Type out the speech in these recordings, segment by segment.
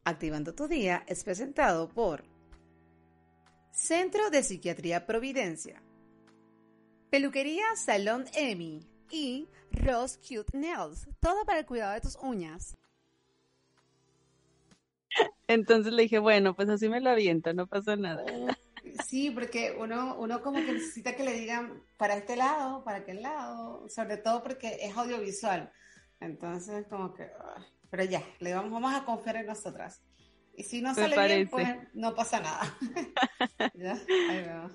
Activando tu Día es presentado por Centro de Psiquiatría Providencia, Peluquería Salón Emi y Rose Cute Nails, todo para el cuidado de tus uñas. Entonces le dije, bueno, pues así me lo aviento, no pasa nada. Sí, porque uno como que necesita que le digan para este lado, para aquel lado, sobre todo porque es audiovisual. Entonces, como que, pero ya, vamos a confiar en nosotras. Y si no Me sale bien, pues parece. no pasa nada. ¿Ya? Ahí vemos.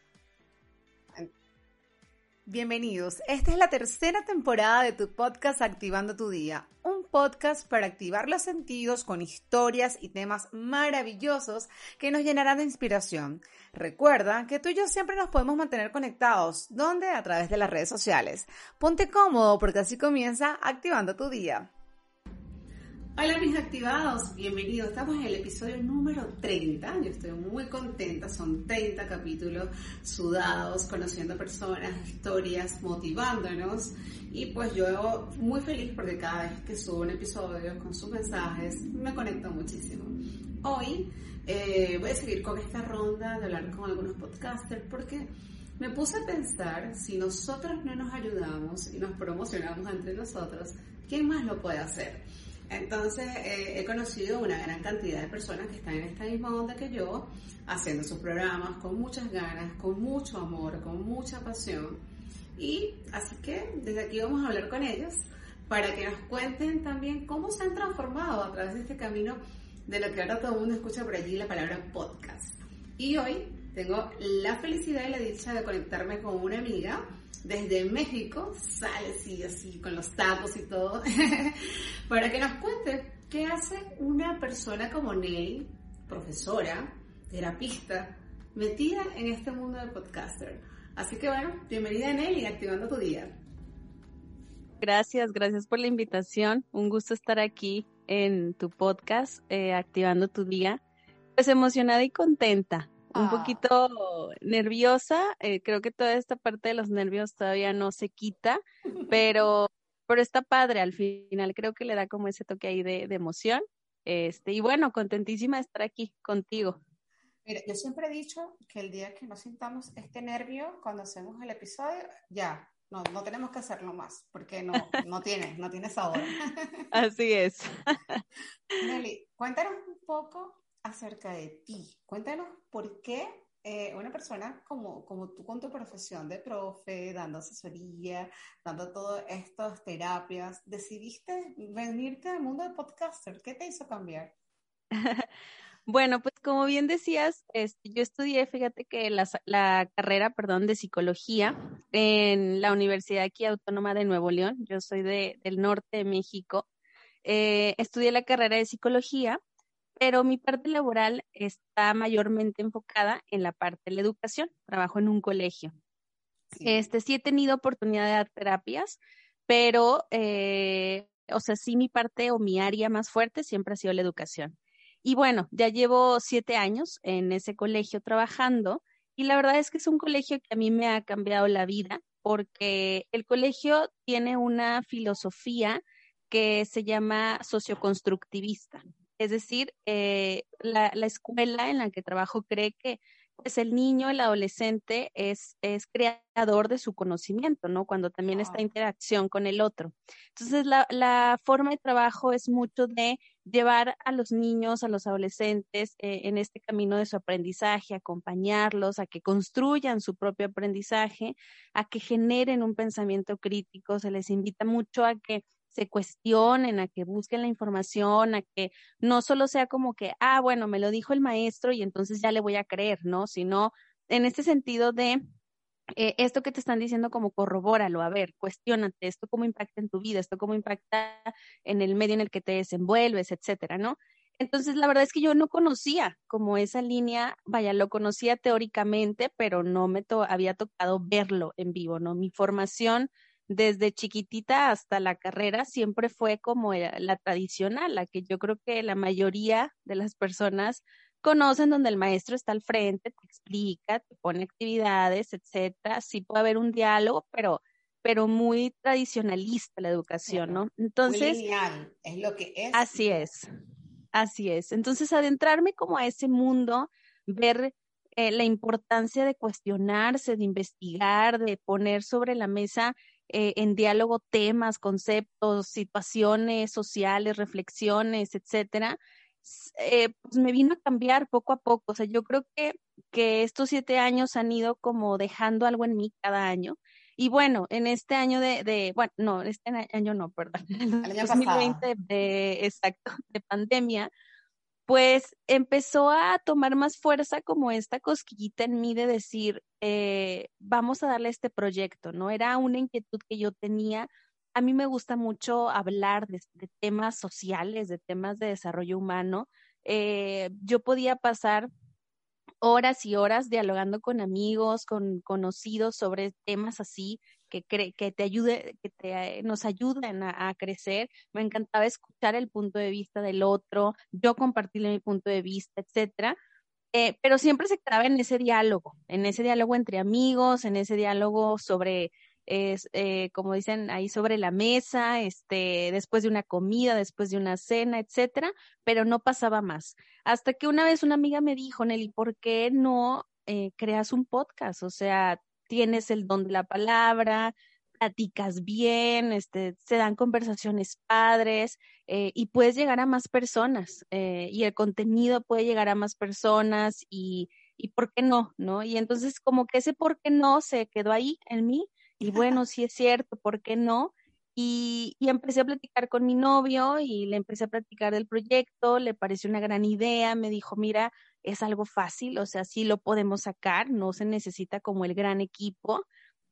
Bienvenidos, esta es la tercera temporada de tu podcast Activando tu Día, un podcast para activar los sentidos con historias y temas maravillosos que nos llenarán de inspiración. Recuerda que tú y yo siempre nos podemos mantener conectados, ¿dónde? A través de las redes sociales. Ponte cómodo porque así comienza Activando tu Día. Hola mis activados, bienvenidos. Estamos en el episodio número 30. Yo estoy muy contenta, son 30 capítulos sudados, conociendo personas, historias, motivándonos. Y pues yo muy feliz porque cada vez que subo un episodio con sus mensajes me conecto muchísimo. Hoy voy a seguir con esta ronda de hablar con algunos podcasters porque me puse a pensar, si nosotros no nos ayudamos y nos promocionamos entre nosotros, ¿quién más lo puede hacer? Entonces he conocido una gran cantidad de personas que están en esta misma onda que yo, haciendo sus programas con muchas ganas, con mucho amor, con mucha pasión. Y así que desde aquí vamos a hablar con ellos para que nos cuenten también cómo se han transformado a través de este camino de lo que ahora todo el mundo escucha por allí, la palabra podcast. Y hoy tengo la felicidad y la dicha de conectarme con una amiga desde México, sale así con los tacos y todo, para que nos cuente qué hace una persona como Nelly, profesora, terapista, metida en este mundo del podcaster. Así que bueno, bienvenida Nelly, Activando tu Día. Gracias por la invitación. Un gusto estar aquí en tu podcast, Activando tu Día. Pues emocionada y contenta. Un poquito nerviosa, creo que toda esta parte de los nervios todavía no se quita, pero está padre al final, creo que le da como ese toque ahí de emoción, y bueno, contentísima de estar aquí contigo. Mira, yo siempre he dicho que el día que no sintamos este nervio cuando hacemos el episodio, ya, no tenemos que hacerlo más, porque no tiene sabor. Así es. Nelly, cuéntanos un poco acerca de ti. Cuéntanos por qué una persona como tú con tu profesión de profe, dando asesoría, dando todas estas terapias, decidiste venirte al mundo de podcaster. ¿Qué te hizo cambiar? Bueno, pues como bien decías, yo estudié, fíjate que la carrera, perdón, de psicología en la Universidad aquí Autónoma de Nuevo León. Yo soy del norte de México. Estudié la carrera de psicología, pero mi parte laboral está mayormente enfocada en la parte de la educación. Trabajo en un colegio. Sí. Sí he tenido oportunidad de dar terapias, pero, o sea, sí mi parte o mi área más fuerte siempre ha sido la educación. Y bueno, ya llevo 7 años en ese colegio trabajando y la verdad es que es un colegio que a mí me ha cambiado la vida porque el colegio tiene una filosofía que se llama socioconstructivista. Es decir, la escuela en la que trabajo cree que pues el niño, el adolescente es creador de su conocimiento, ¿no? Cuando también está en interacción con el otro. Entonces, la forma de trabajo es mucho de llevar a los niños, a los adolescentes en este camino de su aprendizaje, acompañarlos a que construyan su propio aprendizaje, a que generen un pensamiento crítico. Se les invita mucho a que se cuestionen, a que busquen la información, a que no solo sea como que, bueno, me lo dijo el maestro y entonces ya le voy a creer, ¿no? Sino en este sentido de esto que te están diciendo como corrobóralo, a ver, cuestiónate, esto cómo impacta en tu vida, esto cómo impacta en el medio en el que te desenvuelves, etcétera, ¿no? Entonces, la verdad es que yo no conocía como esa línea, vaya, lo conocía teóricamente, pero no me había tocado verlo en vivo, ¿no? Mi formación desde chiquitita hasta la carrera siempre fue como la tradicional, la que yo creo que la mayoría de las personas conocen, donde el maestro está al frente, te explica, te pone actividades, etcétera. Sí puede haber un diálogo, pero muy tradicionalista la educación, Claro. ¿no? Muy Entonces, lineal, es lo que es. así es. Así es. Entonces, adentrarme como a ese mundo, ver la importancia de cuestionarse, de investigar, de poner sobre la mesa en diálogo temas, conceptos, situaciones sociales, reflexiones, etcétera, pues me vino a cambiar poco a poco. O sea, yo creo que estos 7 años han ido como dejando algo en mí cada año. Y bueno, en este año bueno, no, este año no, perdón, en El el año pasado. 2020 exacto, de pandemia, pues empezó a tomar más fuerza como esta cosquillita en mí de decir, vamos a darle este proyecto, ¿no? Era una inquietud que yo tenía. A mí me gusta mucho hablar de temas sociales, de temas de desarrollo humano. Yo podía pasar horas y horas dialogando con amigos, con conocidos sobre temas así que te ayude, nos ayuden a crecer. Me encantaba escuchar el punto de vista del otro, yo compartirle mi punto de vista, etcétera. Pero siempre se quedaba en ese diálogo entre amigos, en ese diálogo sobre, como dicen ahí, sobre la mesa, después de una comida, después de una cena, etcétera, pero no pasaba más. Hasta que una vez una amiga me dijo, Nelly, ¿por qué no creas un podcast? O sea, tienes el don de la palabra, platicas bien, se dan conversaciones padres, y puedes llegar a más personas, y el contenido puede llegar a más personas y ¿por qué no? ¿No? Y entonces como que ese por qué no se quedó ahí en mí y bueno, sí es cierto, ¿por qué no? Y empecé a platicar con mi novio y le empecé a platicar del proyecto, le pareció una gran idea, me dijo, mira, es algo fácil, o sea, sí lo podemos sacar, no se necesita como el gran equipo,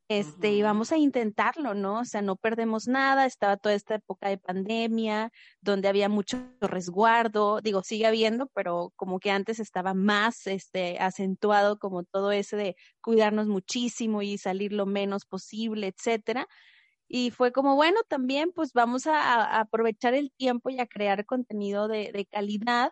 y Ujú. vamos a intentarlo, ¿no? O sea, no perdemos nada, estaba toda esta época de pandemia, donde había mucho resguardo, digo, sigue habiendo, pero como que antes estaba más, acentuado como todo ese de cuidarnos muchísimo y salir lo menos posible, etcétera. Y fue como, bueno, también pues vamos a aprovechar el tiempo y a crear contenido de calidad,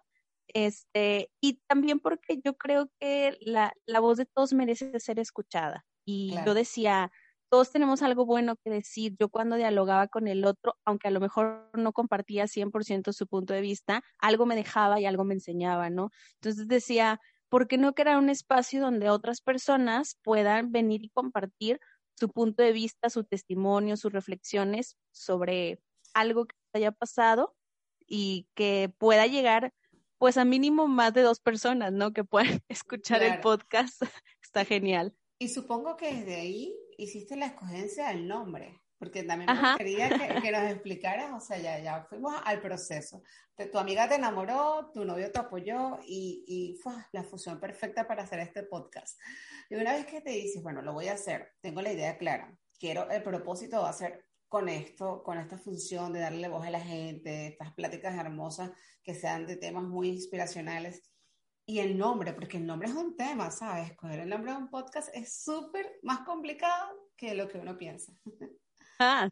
y también porque yo creo que la voz de todos merece ser escuchada. Y yo Claro. decía, todos tenemos algo bueno que decir. Yo cuando dialogaba con el otro, aunque a lo mejor no compartía 100% su punto de vista, algo me dejaba y algo me enseñaba, ¿no? Entonces decía, ¿por qué no crear un espacio donde otras personas puedan venir y compartir su punto de vista, su testimonio, sus reflexiones sobre algo que haya pasado y que pueda llegar pues a mínimo más de 2 personas, ¿no? Que puedan escuchar el Claro. podcast. Está Y, genial. y supongo que desde ahí hiciste la escogencia del nombre, porque también me Ajá. gustaría que nos explicaras, o sea, ya fuimos al proceso. Tu amiga te enamoró, tu novio te apoyó y fue la fusión perfecta para hacer este podcast. Y una vez que te dices, bueno, lo voy a hacer, tengo la idea clara, quiero, el propósito va a ser con esto, con esta función de darle voz a la gente, estas pláticas hermosas que sean de temas muy inspiracionales. Y el nombre, porque el nombre es un tema, ¿sabes? Escoger el nombre de un podcast es súper más complicado que lo que uno piensa. Ah,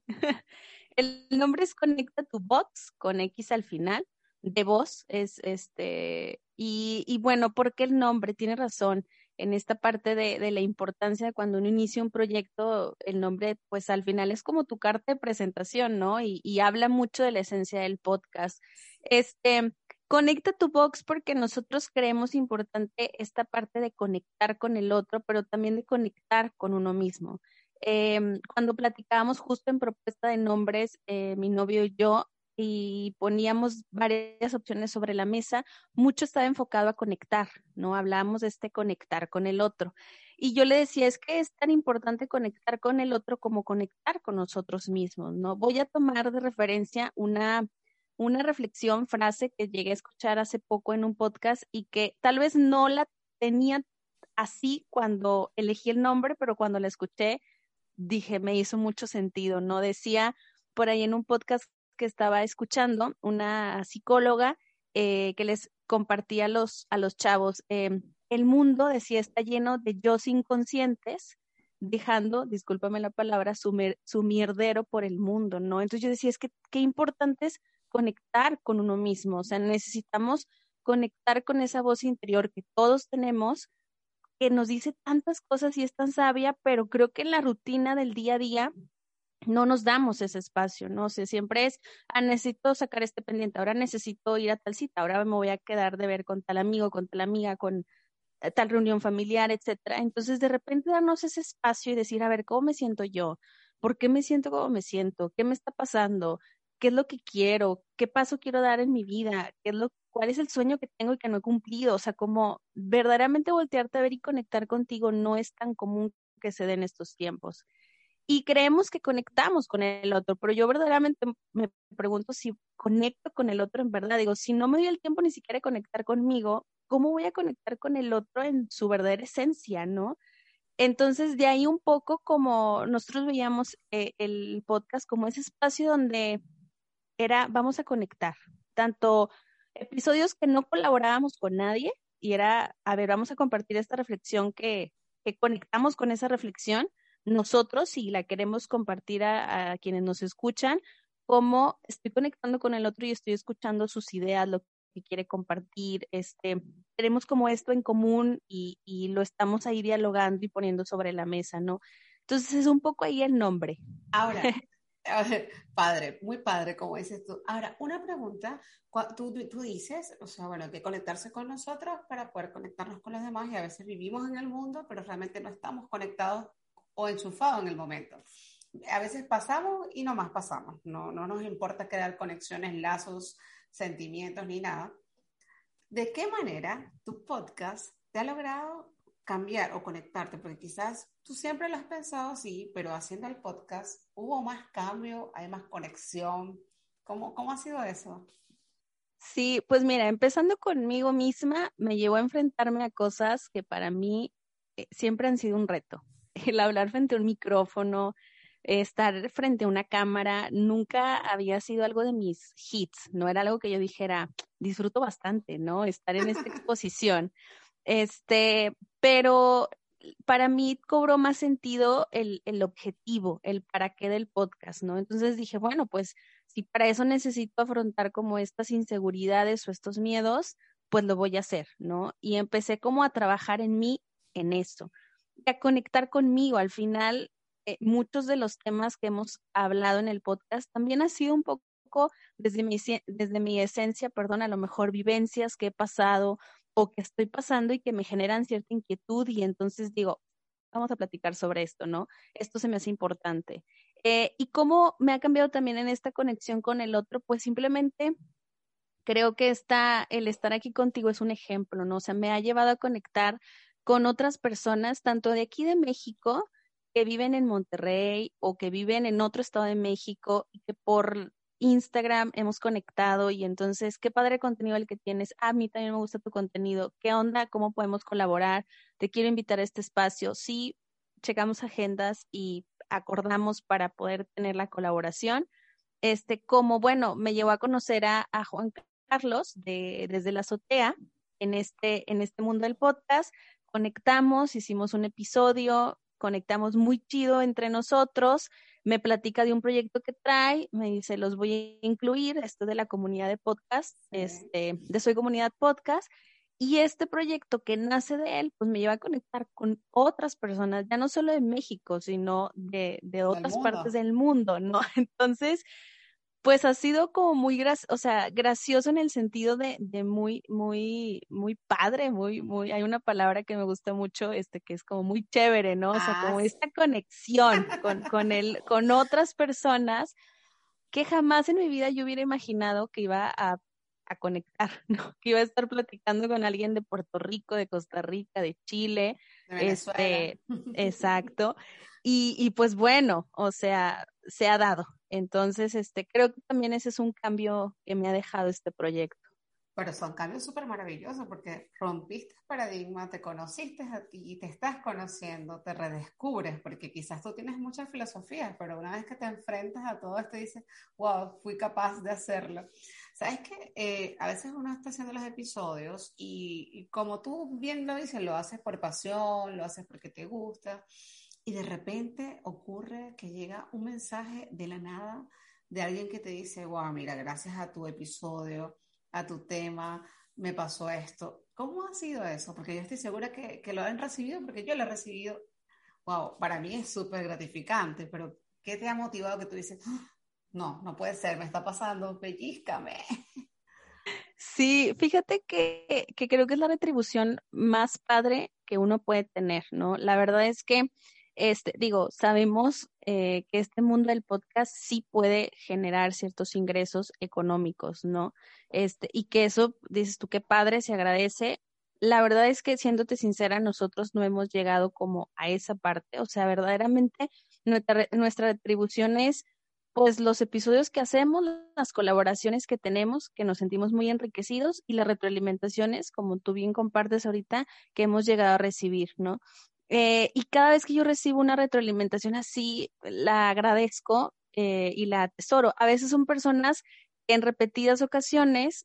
el nombre es Conecta tu Box, con X al final, de voz, y bueno, ¿por qué el nombre? Tiene razón. En esta parte de la importancia de cuando uno inicia un proyecto, el nombre, pues al final es como tu carta de presentación, ¿no? Y habla mucho de la esencia del podcast. Conecta tu box porque nosotros creemos importante esta parte de conectar con el otro, pero también de conectar con uno mismo. Cuando platicábamos justo en propuesta de nombres, mi novio y yo, y poníamos varias opciones sobre la mesa, mucho estaba enfocado a conectar, ¿no? Hablábamos de conectar con el otro. Y yo le decía, es que es tan importante conectar con el otro como conectar con nosotros mismos, ¿no? Voy a tomar de referencia una reflexión, frase que llegué a escuchar hace poco en un podcast y que tal vez no la tenía así cuando elegí el nombre, pero cuando la escuché dije, me hizo mucho sentido, ¿no? Decía por ahí en un podcast que estaba escuchando, una psicóloga que les compartía a los chavos, el mundo, decía, está lleno de yos inconscientes, dejando, discúlpame la palabra, su mierdero por el mundo, ¿no? Entonces yo decía, es que qué importante es conectar con uno mismo, o sea, necesitamos conectar con esa voz interior que todos tenemos, que nos dice tantas cosas y es tan sabia, pero creo que en la rutina del día a día no nos damos ese espacio, ¿no? O sea, siempre es, necesito sacar este pendiente, ahora necesito ir a tal cita, ahora me voy a quedar de ver con tal amigo, con tal amiga, con tal reunión familiar, etcétera. Entonces, de repente darnos ese espacio y decir, a ver, ¿cómo me siento yo? ¿Por qué me siento como me siento? ¿Qué me está pasando? ¿Qué es lo que quiero? ¿Qué paso quiero dar en mi vida? ¿Cuál es el sueño que tengo y que no he cumplido? O sea, como verdaderamente voltearte a ver y conectar contigo no es tan común que se den estos tiempos. Y creemos que conectamos con el otro, pero yo verdaderamente me pregunto si conecto con el otro en verdad. Digo, si no me doy el tiempo ni siquiera de conectar conmigo, ¿cómo voy a conectar con el otro en su verdadera esencia, no? Entonces, de ahí un poco como nosotros veíamos el podcast como ese espacio donde era, vamos a conectar, tanto episodios que no colaborábamos con nadie y era, a ver, vamos a compartir esta reflexión que conectamos con esa reflexión nosotros si la queremos compartir a quienes nos escuchan, como estoy conectando con el otro y estoy escuchando sus ideas, lo que quiere compartir, tenemos como esto en común y lo estamos ahí dialogando y poniendo sobre la mesa, ¿no? Entonces es un poco ahí el nombre. Ahora, padre, muy padre, como dices tú. Ahora, una pregunta, tú dices, o sea, bueno, hay que conectarse con nosotros para poder conectarnos con los demás y a veces vivimos en el mundo, pero realmente no estamos conectados o enchufados en el momento. A veces pasamos y no más pasamos, no nos importa crear conexiones, lazos, sentimientos ni nada. ¿De qué manera tu podcast te ha logrado cambiar o conectarte? Porque quizás tú siempre lo has pensado así, pero haciendo el podcast hubo más cambio, hay más conexión. ¿Cómo ha sido eso? Sí, pues mira, empezando conmigo misma, me llevó a enfrentarme a cosas que para mí siempre han sido un reto. El hablar frente a un micrófono, estar frente a una cámara, nunca había sido algo de mis hits, no era algo que yo dijera, disfruto bastante, ¿no? Estar en esta exposición. Pero para mí cobró más sentido el objetivo, el para qué del podcast, ¿no? Entonces dije, bueno, pues si para eso necesito afrontar como estas inseguridades o estos miedos, pues lo voy a hacer, ¿no? Y empecé como a trabajar en mí, en eso, y a conectar conmigo. Al final, muchos de los temas que hemos hablado en el podcast también ha sido un poco desde mi esencia, perdón, a lo mejor vivencias que he pasado o que estoy pasando y que me generan cierta inquietud y entonces digo, vamos a platicar sobre esto, ¿no? Esto se me hace importante. Y cómo me ha cambiado también en esta conexión con el otro, pues simplemente creo que el estar aquí contigo es un ejemplo, ¿no? O sea, me ha llevado a conectar con otras personas, tanto de aquí de México, que viven en Monterrey o que viven en otro estado de México y que por Instagram hemos conectado y entonces, qué padre contenido el que tienes. A mí también me gusta tu contenido. ¿Qué onda? ¿Cómo podemos colaborar? Te quiero invitar a este espacio. Sí, checamos agendas y acordamos para poder tener la colaboración. Como bueno, me llevó a conocer a Juan Carlos desde la azotea en este mundo del podcast. Conectamos, hicimos un episodio, conectamos muy chido entre nosotros. Me platica de un proyecto que trae, me dice, los voy a incluir, esto de la comunidad de podcast, Sí, de Soy Comunidad Podcast. Y este proyecto que nace de él, pues me lleva a conectar con otras personas, ya no solo de México, sino de del otras partes mundo. del mundo, ¿no? Entonces, pues ha sido como muy o sea, gracioso en el sentido de muy, muy, muy padre, hay una palabra que me gusta mucho, que es como muy chévere, ¿no? O sea, Ah, como esta conexión con otras personas que jamás en mi vida yo hubiera imaginado que iba a conectar, ¿no? Que iba a estar platicando con alguien de Puerto Rico, de Costa Rica, de Chile, de Venezuela. exacto. Y pues bueno, o sea, se ha dado. Entonces, creo que también ese es un cambio que me ha dejado este proyecto. Pero son cambios súper maravillosos porque rompiste paradigma, te conociste a ti, te estás conociendo, te redescubres, porque quizás tú tienes muchas filosofías, pero una vez que te enfrentas a todo esto dices, wow, fui capaz de hacerlo. Sabes que a veces uno está haciendo los episodios y como tú bien lo dices, lo haces por pasión, lo haces porque te gusta, y de repente ocurre que llega un mensaje de la nada de alguien que te dice, wow, mira, gracias a tu episodio a tu tema, me pasó esto. ¿Cómo ha sido eso? Porque yo estoy segura que lo han recibido, porque yo lo he recibido. Wow, para mí es súper gratificante, pero ¿Qué te ha motivado que tú dices, "Ah, no, no puede ser, me está pasando, pellízcame"? Sí, fíjate que creo que es la retribución más padre que uno puede tener, ¿no? La verdad es que, digo, sabemos que este mundo del podcast sí puede generar ciertos ingresos económicos, ¿no? Y que eso, dices tú, qué padre, se agradece. La verdad es que, siéndote sincera, nosotros no hemos llegado como a esa parte, o sea, verdaderamente nuestra retribución es pues los episodios que hacemos, las colaboraciones que tenemos, que nos sentimos muy enriquecidos y las retroalimentaciones, como tú bien compartes ahorita, que hemos llegado a recibir, ¿no? Y cada vez que yo recibo una retroalimentación así, la agradezco y la atesoro. A veces son personas que en repetidas ocasiones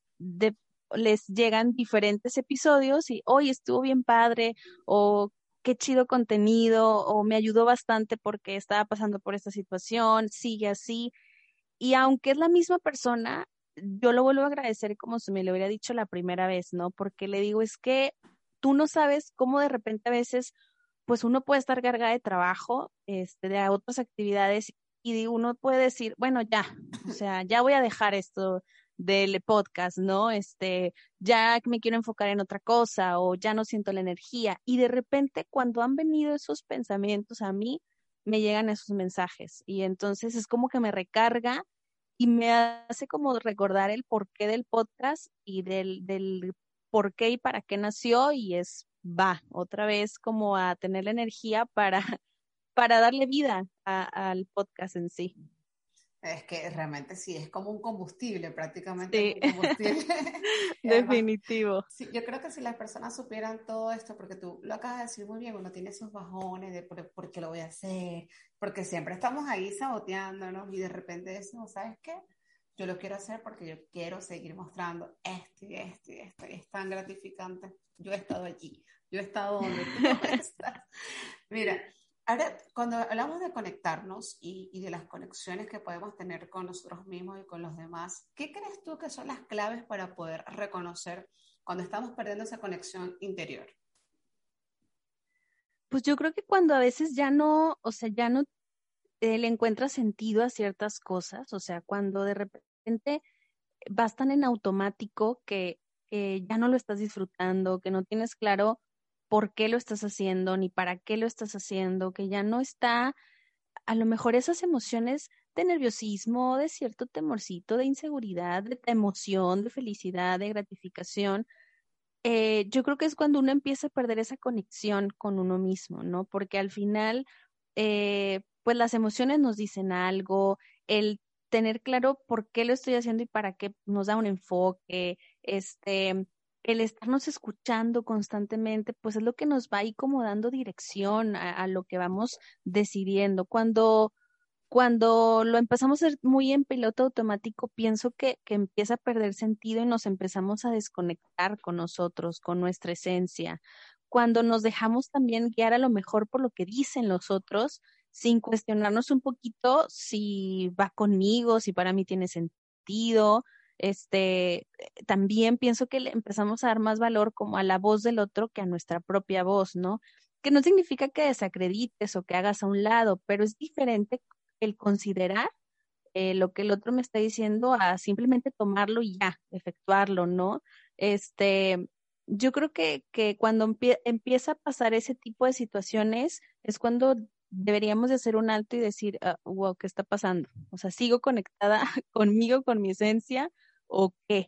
les llegan diferentes episodios y hoy estuvo bien padre o qué chido contenido o me ayudó bastante porque estaba pasando por esta situación, sigue así. Y aunque es la misma persona, yo lo vuelvo a agradecer como si me lo hubiera dicho la primera vez, ¿no? Porque le digo, es que tú no sabes cómo de repente a veces, pues uno puede estar cargada de trabajo, de otras actividades, y uno puede decir, bueno, ya, o sea, ya voy a dejar esto del podcast, ¿no? Ya me quiero enfocar en otra cosa o ya no siento la energía. Y de repente, cuando han venido esos pensamientos a mí, me llegan esos mensajes y entonces es como que me recarga y me hace como recordar el porqué del podcast y del por qué y para qué nació y va, otra vez como a tener la energía para, para darle vida al podcast en sí. Es que realmente sí, es como un combustible, prácticamente es Sí, un combustible. Y además, definitivo. sí, yo creo que si las personas supieran todo esto, porque tú lo acabas de decir muy bien, uno tiene esos bajones de por qué lo voy a hacer, porque siempre estamos ahí saboteándonos y de repente decimos, ¿sabes qué? Yo lo quiero hacer porque yo quiero seguir mostrando esto y esto y esto, y es tan gratificante. Yo he estado allí, yo he estado donde tú estás. Mira, ahora cuando hablamos de conectarnos y de las conexiones que podemos tener con nosotros mismos y con los demás, ¿qué crees tú que son las claves para poder reconocer cuando estamos perdiendo esa conexión interior? Pues yo creo que cuando a veces ya no, o sea, ya no le encuentras sentido a ciertas cosas, o sea, cuando de repente vas tan en automático que ya no lo estás disfrutando, que no tienes claro por qué lo estás haciendo ni para qué lo estás haciendo, que ya no está a lo mejor esas emociones de nerviosismo, de cierto temorcito, de inseguridad, de emoción, de felicidad, de gratificación. Yo creo que es cuando uno empieza a perder esa conexión con uno mismo, ¿no? Porque al final, pues las emociones nos dicen algo, el tener claro por qué lo estoy haciendo y para qué nos da un enfoque, el estarnos escuchando constantemente, pues es lo que nos va ahí como dando dirección a lo que vamos decidiendo. Cuando lo empezamos a hacer muy en piloto automático, pienso que empieza a perder sentido y nos empezamos a desconectar con nosotros, con nuestra esencia. Cuando nos dejamos también guiar a lo mejor por lo que dicen los otros, sin cuestionarnos un poquito si va conmigo, si para mí tiene sentido. También pienso que le empezamos a dar más valor como a la voz del otro que a nuestra propia voz, ¿no? Que no significa que desacredites o que hagas a un lado, pero es diferente el considerar lo que el otro me está diciendo a simplemente tomarlo y ya, efectuarlo, ¿no? Este, yo creo que cuando empieza a pasar ese tipo de situaciones es cuando deberíamos de hacer un alto y decir, wow, ¿qué está pasando? O sea, ¿sigo conectada conmigo, con mi esencia o qué?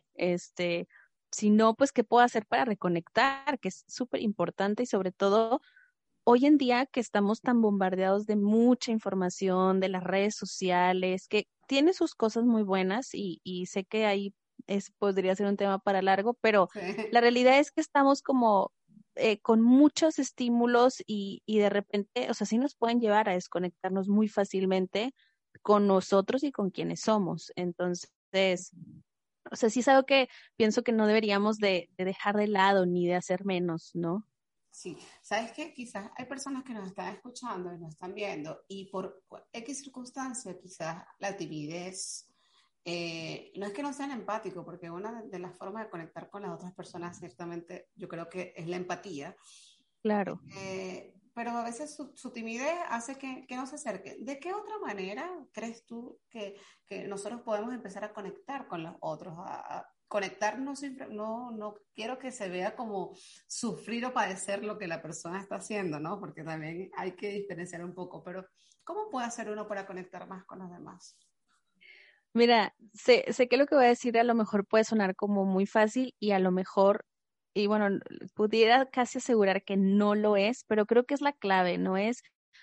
Si no, pues, ¿qué puedo hacer para reconectar? Que es súper importante y sobre todo hoy en día que estamos tan bombardeados de mucha información, de las redes sociales, que tiene sus cosas muy buenas y sé que ahí podría ser un tema para largo, pero Sí. la realidad es que estamos como con muchos estímulos y de repente, o sea, sí nos pueden llevar a desconectarnos muy fácilmente con nosotros y con quienes somos. Entonces, o sea, sí es algo que pienso que no deberíamos de dejar de lado ni de hacer menos, ¿no? Sí, sabes que quizás hay personas que nos están escuchando y nos están viendo y por X circunstancia, quizás la timidez, no es que no sean empáticos, porque una de las formas de conectar con las otras personas, ciertamente, yo creo que es la empatía. Claro. pero a veces su timidez hace que no se acerque. ¿De qué otra manera crees tú que nosotros podemos empezar a conectar con los otros? A conectar no, siempre, no quiero que se vea como sufrir o padecer lo que la persona está haciendo, ¿no? Porque también hay que diferenciar un poco, pero ¿cómo puede hacer uno para conectar más con los demás? Mira, sé que lo que voy a decir a lo mejor puede sonar como muy fácil y a lo mejor, y bueno, pudiera casi asegurar que no lo es, pero creo que es la clave, ¿no? Es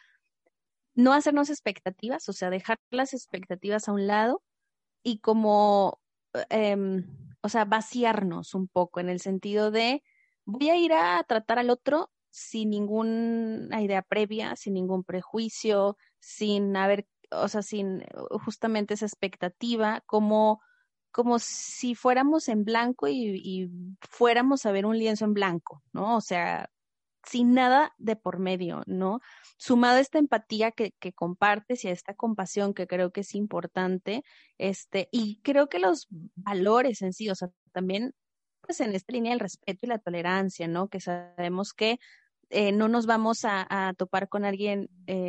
no hacernos expectativas, o sea, dejar las expectativas a un lado y como, em, o sea, vaciarnos un poco en el sentido de voy a ir a tratar al otro sin ninguna idea previa, sin ningún prejuicio, sin haber, o sea, sin justamente esa expectativa, como si fuéramos en blanco y fuéramos a ver un lienzo en blanco, ¿no? O sea, sin nada de por medio, ¿no? Sumado a esta empatía que compartes y a esta compasión que creo que es importante, y creo que los valores en sí, o sea, también, pues en esta línea del respeto y la tolerancia, ¿no? Que sabemos que no nos vamos a topar con alguien,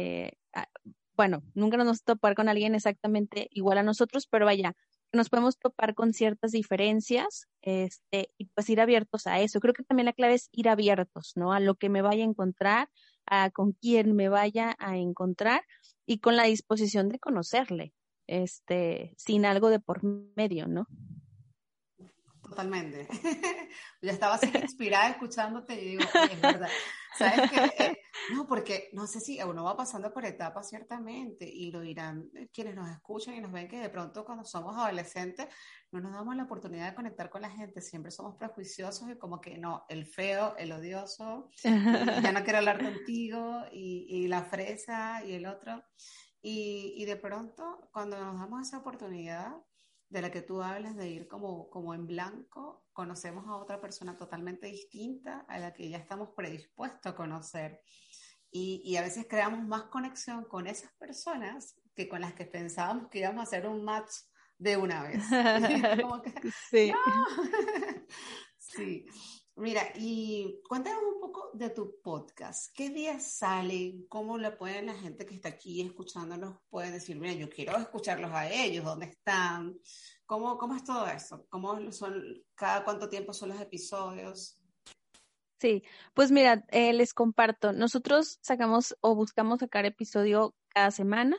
bueno, nunca nos vamos a topar con alguien exactamente igual a nosotros, pero vaya, nos podemos topar con ciertas diferencias, y pues ir abiertos a eso. Creo que también la clave es ir abiertos, ¿no? A lo que me vaya a encontrar, a con quién me vaya a encontrar y con la disposición de conocerle, sin algo de por medio, ¿no? Totalmente. Ya estaba así inspirada escuchándote y digo, oye, es verdad. ¿Sabes qué? No, porque no sé si uno va pasando por etapas ciertamente y lo dirán quienes nos escuchan y nos ven que de pronto cuando somos adolescentes no nos damos la oportunidad de conectar con la gente, siempre somos prejuiciosos y como que no, el feo, el odioso y ya no quiero hablar contigo y la fresa y el otro. Y de pronto cuando nos damos esa oportunidad de la que tú hablas, de ir como en blanco, conocemos a otra persona totalmente distinta a la que ya estamos predispuestos a conocer. Y a veces creamos más conexión con esas personas que con las que pensábamos que íbamos a hacer un match de una vez. Y como que, no. Sí. Sí. Mira, y cuéntanos un poco de tu podcast. ¿Qué días salen? ¿Cómo le pueden la gente que está aquí escuchándonos pueden decir, mira, yo quiero escucharlos a ellos, ¿dónde están? ¿Cómo es todo eso? ¿Cómo son, cada cuánto tiempo son los episodios? Sí, pues mira, les comparto. Nosotros sacamos o buscamos sacar episodio cada semana.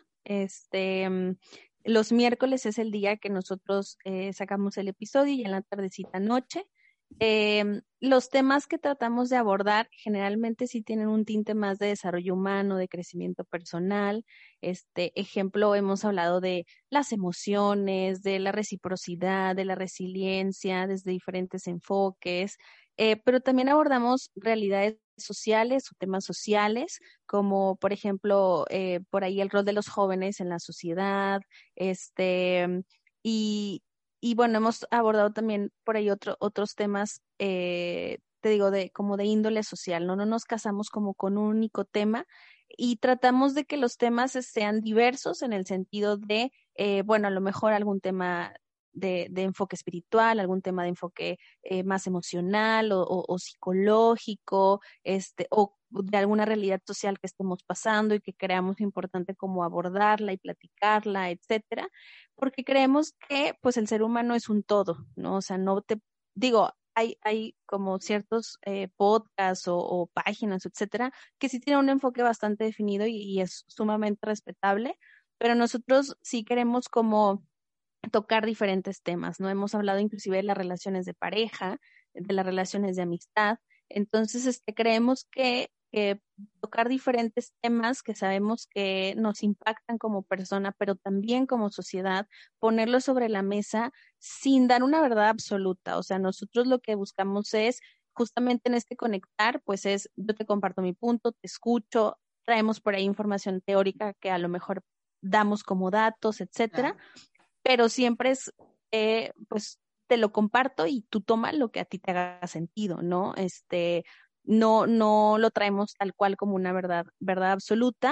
Los miércoles es el día que nosotros sacamos el episodio y en la tardecita noche. Los temas que tratamos de abordar generalmente sí tienen un tinte más de desarrollo humano, de crecimiento personal. Ejemplo, hemos hablado de las emociones, de la reciprocidad, de la resiliencia, desde diferentes enfoques, pero también abordamos realidades sociales o temas sociales, como por ejemplo, por ahí el rol de los jóvenes en la sociedad, y, y bueno, hemos abordado también por ahí otros temas, te digo, como de índole social, ¿no? No nos casamos como con un único tema y tratamos de que los temas sean diversos en el sentido de, bueno, a lo mejor algún tema de enfoque espiritual, algún tema de enfoque más emocional o psicológico, o de alguna realidad social que estemos pasando y que creamos importante como abordarla y platicarla, etcétera, porque creemos que pues el ser humano es un todo, ¿no? O sea, no te digo, hay como ciertos podcasts o páginas, etcétera, que sí tienen un enfoque bastante definido y es sumamente respetable, pero nosotros sí queremos como tocar diferentes temas, ¿no? Hemos hablado inclusive de las relaciones de pareja, de las relaciones de amistad. Entonces, creemos que tocar diferentes temas que sabemos que nos impactan como persona, pero también como sociedad, ponerlos sobre la mesa sin dar una verdad absoluta. O sea, nosotros lo que buscamos es justamente en este conectar, pues es, yo te comparto mi punto, te escucho, traemos por ahí información teórica que a lo mejor damos como datos, etcétera, Claro. pero siempre es, pues, te lo comparto y tú toma lo que a ti te haga sentido, ¿no? No lo traemos tal cual como una verdad absoluta.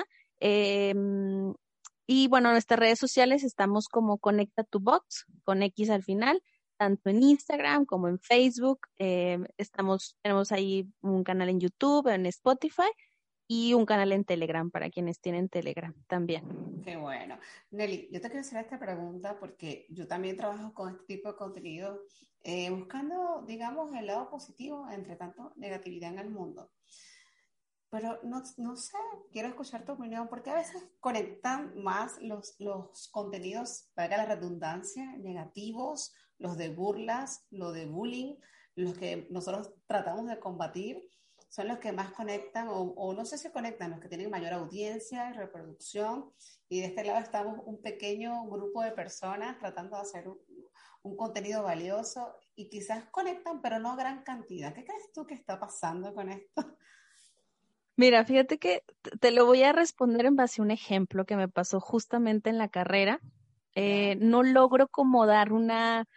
Y bueno, en nuestras redes sociales estamos como Conecta tu Box, con X al final, tanto en Instagram como en Facebook. Tenemos ahí un canal en YouTube, en Spotify. y un canal en Telegram para quienes tienen Telegram también. Qué bueno. Nelly, yo te quiero hacer esta pregunta porque yo también trabajo con este tipo de contenido, buscando, digamos, el lado positivo entre tanto negatividad en el mundo. Pero no sé, quiero escuchar tu opinión porque a veces conectan más los contenidos, valga la redundancia, negativos, los de burlas, los de bullying, los que nosotros tratamos de combatir, son los que más conectan o no sé si conectan, los que tienen mayor audiencia y reproducción. Y de este lado estamos un pequeño grupo de personas tratando de hacer un contenido valioso y quizás conectan, pero no gran cantidad. ¿Qué crees tú que está pasando con esto? Mira, fíjate que te lo voy a responder en base a un ejemplo que me pasó justamente en la carrera. Ya, No logro como dar una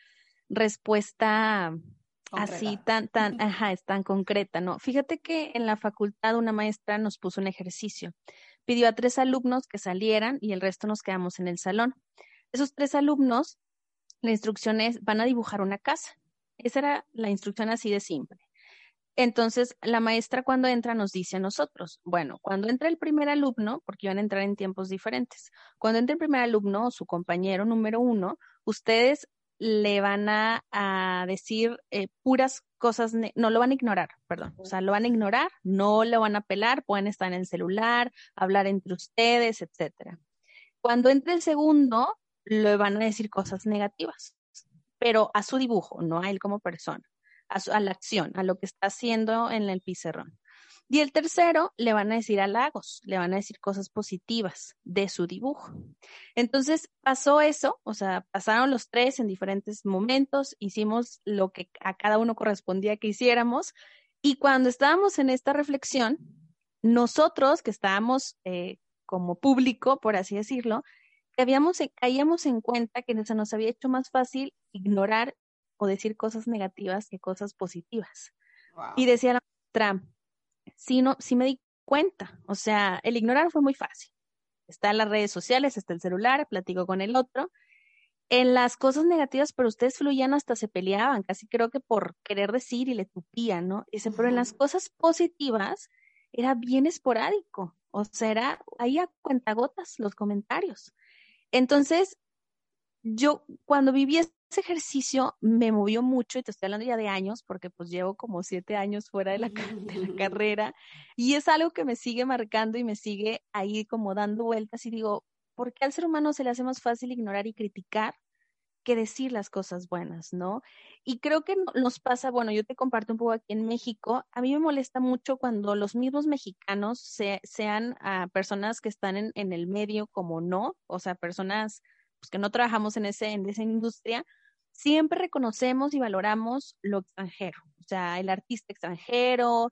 respuesta así concreta. ajá, es tan concreta, ¿no? Fíjate que en la facultad una maestra nos puso un ejercicio. Pidió a 3 alumnos que salieran y el resto nos quedamos en el salón. Esos 3 alumnos, la instrucción es, van a dibujar una casa. Esa era la instrucción así de simple. Entonces, la maestra cuando entra nos dice a nosotros, bueno, cuando entra el primer alumno, porque iban a entrar en tiempos diferentes, cuando entra el primer alumno o su compañero número 1, ustedes le van a decir puras cosas, no lo van a ignorar, perdón, o sea, lo van a ignorar, no lo van a pelar, pueden estar en el celular, hablar entre ustedes, etcétera. Cuando entre el segundo, le van a decir cosas negativas, pero a su dibujo, no a él como persona, a la acción, a lo que está haciendo en el pizarrón. Y el tercero le van a decir halagos, le van a decir cosas positivas de su dibujo. Entonces pasó eso, o sea, pasaron los 3 en diferentes momentos, hicimos lo que a cada uno correspondía que hiciéramos, y cuando estábamos en esta reflexión, nosotros que estábamos como público, por así decirlo, caíamos en cuenta que se nos había hecho más fácil ignorar o decir cosas negativas que cosas positivas. Y Wow. decía la maestra, sí, no, sí me di cuenta, o sea, el ignorar fue muy fácil. Está en las redes sociales, está el celular, platico con el otro. En las cosas negativas, pero ustedes fluían hasta se peleaban, casi creo que por querer decir y le tupían, ¿no? Dice, pero en las cosas positivas era bien esporádico, o sea, era ahí a cuentagotas los comentarios. Entonces, yo cuando viví ese ejercicio me movió mucho, y te estoy hablando ya de años, porque pues llevo como 7 años fuera de de la carrera, y es algo que me sigue marcando y me sigue ahí como dando vueltas y digo, ¿por qué al ser humano se le hace más fácil ignorar y criticar que decir las cosas buenas, ¿no? Y creo que nos pasa, bueno, yo te comparto un poco aquí en México, a mí me molesta mucho cuando los mismos mexicanos sean personas que están en el medio como no, o sea, personas pues, que no trabajamos en esa industria, siempre reconocemos y valoramos lo extranjero, o sea, el artista extranjero,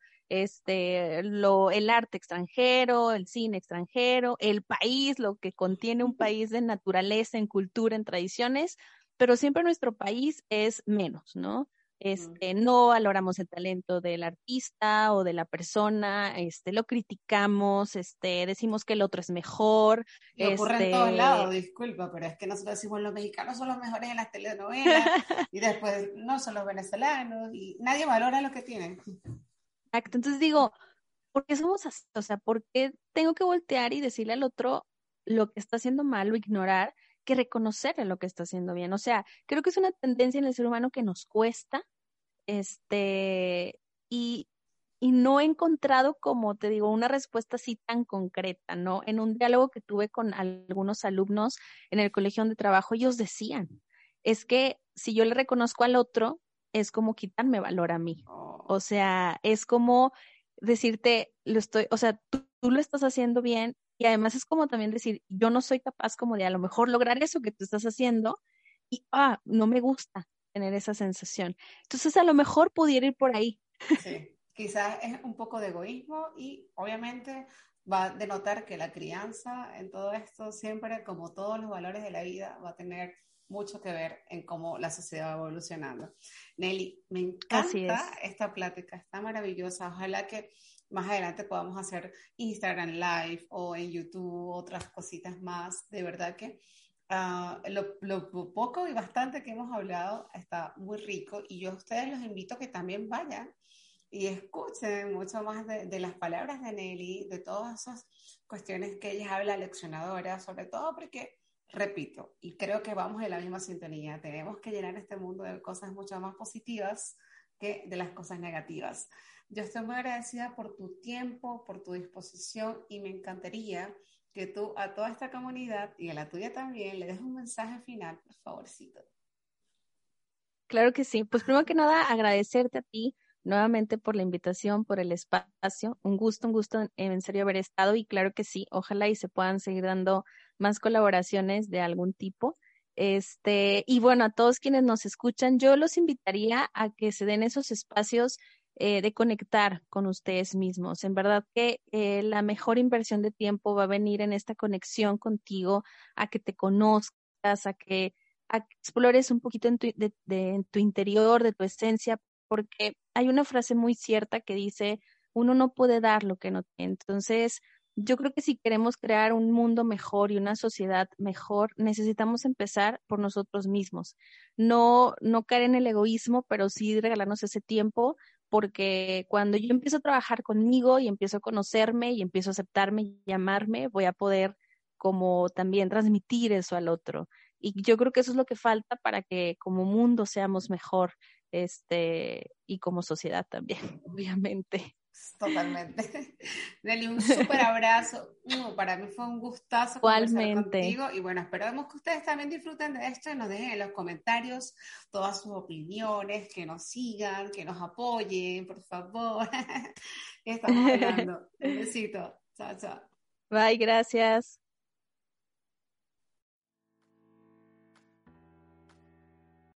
el arte extranjero, el cine extranjero, el país, lo que contiene un país de naturaleza, en cultura, en tradiciones, pero siempre nuestro país es menos, ¿no? No valoramos el talento del artista o de la persona, lo criticamos, decimos que el otro es mejor, Y ocurre en todos lados, disculpa, pero es que nosotros decimos los mexicanos son los mejores en las telenovelas y después no son los venezolanos y nadie valora lo que tienen. Exacto. Entonces digo, ¿por qué somos así? O sea, ¿por qué tengo que voltear y decirle al otro lo que está haciendo mal o ignorar que reconocerle lo que está haciendo bien? O sea, creo que es una tendencia en el ser humano que nos cuesta, este, y, y no he encontrado, como te digo, una respuesta así tan concreta, ¿no? En un diálogo que tuve con algunos alumnos en el colegio donde trabajo, ellos decían, es que si yo le reconozco al otro, es como quitarme valor a mí. Oh, O sea, es como decirte, o sea, tú lo estás haciendo bien, y además es como también decir, yo no soy capaz como de a lo mejor lograr eso que tú estás haciendo y, no me gusta tener esa sensación. Entonces, a lo mejor pudiera ir por ahí. sí, quizás es un poco de egoísmo y obviamente va a denotar que la crianza en todo esto siempre, como todos los valores de la vida, va a tener mucho que ver en cómo la sociedad va evolucionando. Nelly, me Así encanta es. esta plática, está maravillosa. Ojalá que más adelante podamos hacer Instagram Live o en YouTube otras cositas más. De verdad que lo poco y bastante que hemos hablado está muy rico y yo a ustedes los invito a que también vayan y escuchen mucho más de las palabras de Nelly, de todas esas cuestiones que ella habla leccionadora, sobre todo porque, repito, y creo que vamos en la misma sintonía, tenemos que llenar este mundo de cosas mucho más positivas que de las cosas negativas. Yo estoy muy agradecida por tu tiempo, por tu disposición y me encantaría que tú a toda esta comunidad y a la tuya también le des un mensaje final, por favorcito. Claro que sí. Pues primero que nada, agradecerte a ti nuevamente por la invitación, por el espacio. Un gusto en serio haber estado y claro que sí, ojalá y se puedan seguir dando más colaboraciones de algún tipo. Y bueno, a todos quienes nos escuchan, yo los invitaría a que se den esos espacios de conectar con ustedes mismos. En verdad que la mejor inversión de tiempo va a venir en esta conexión contigo, a que te conozcas, a que explores un poquito en tu interior, de tu esencia, porque hay una frase muy cierta que dice, uno no puede dar lo que no tiene. Entonces, yo creo que si queremos crear un mundo mejor y una sociedad mejor, necesitamos empezar por nosotros mismos. No caer en el egoísmo, pero sí regalarnos ese tiempo, porque cuando yo empiezo a trabajar conmigo y empiezo a conocerme y empiezo a aceptarme y amarme, voy a poder como también transmitir eso al otro. Y yo creo que eso es lo que falta para que como mundo seamos mejor, y como sociedad también, obviamente. Totalmente. Nelly, un súper abrazo. Para mí fue un gustazo conversar Igualmente. contigo y bueno, esperamos que ustedes también disfruten de esto y nos dejen en los comentarios todas sus opiniones, que nos sigan, que nos apoyen, por favor. Estamos hablando. Un besito. Chao, chao. Bye, gracias.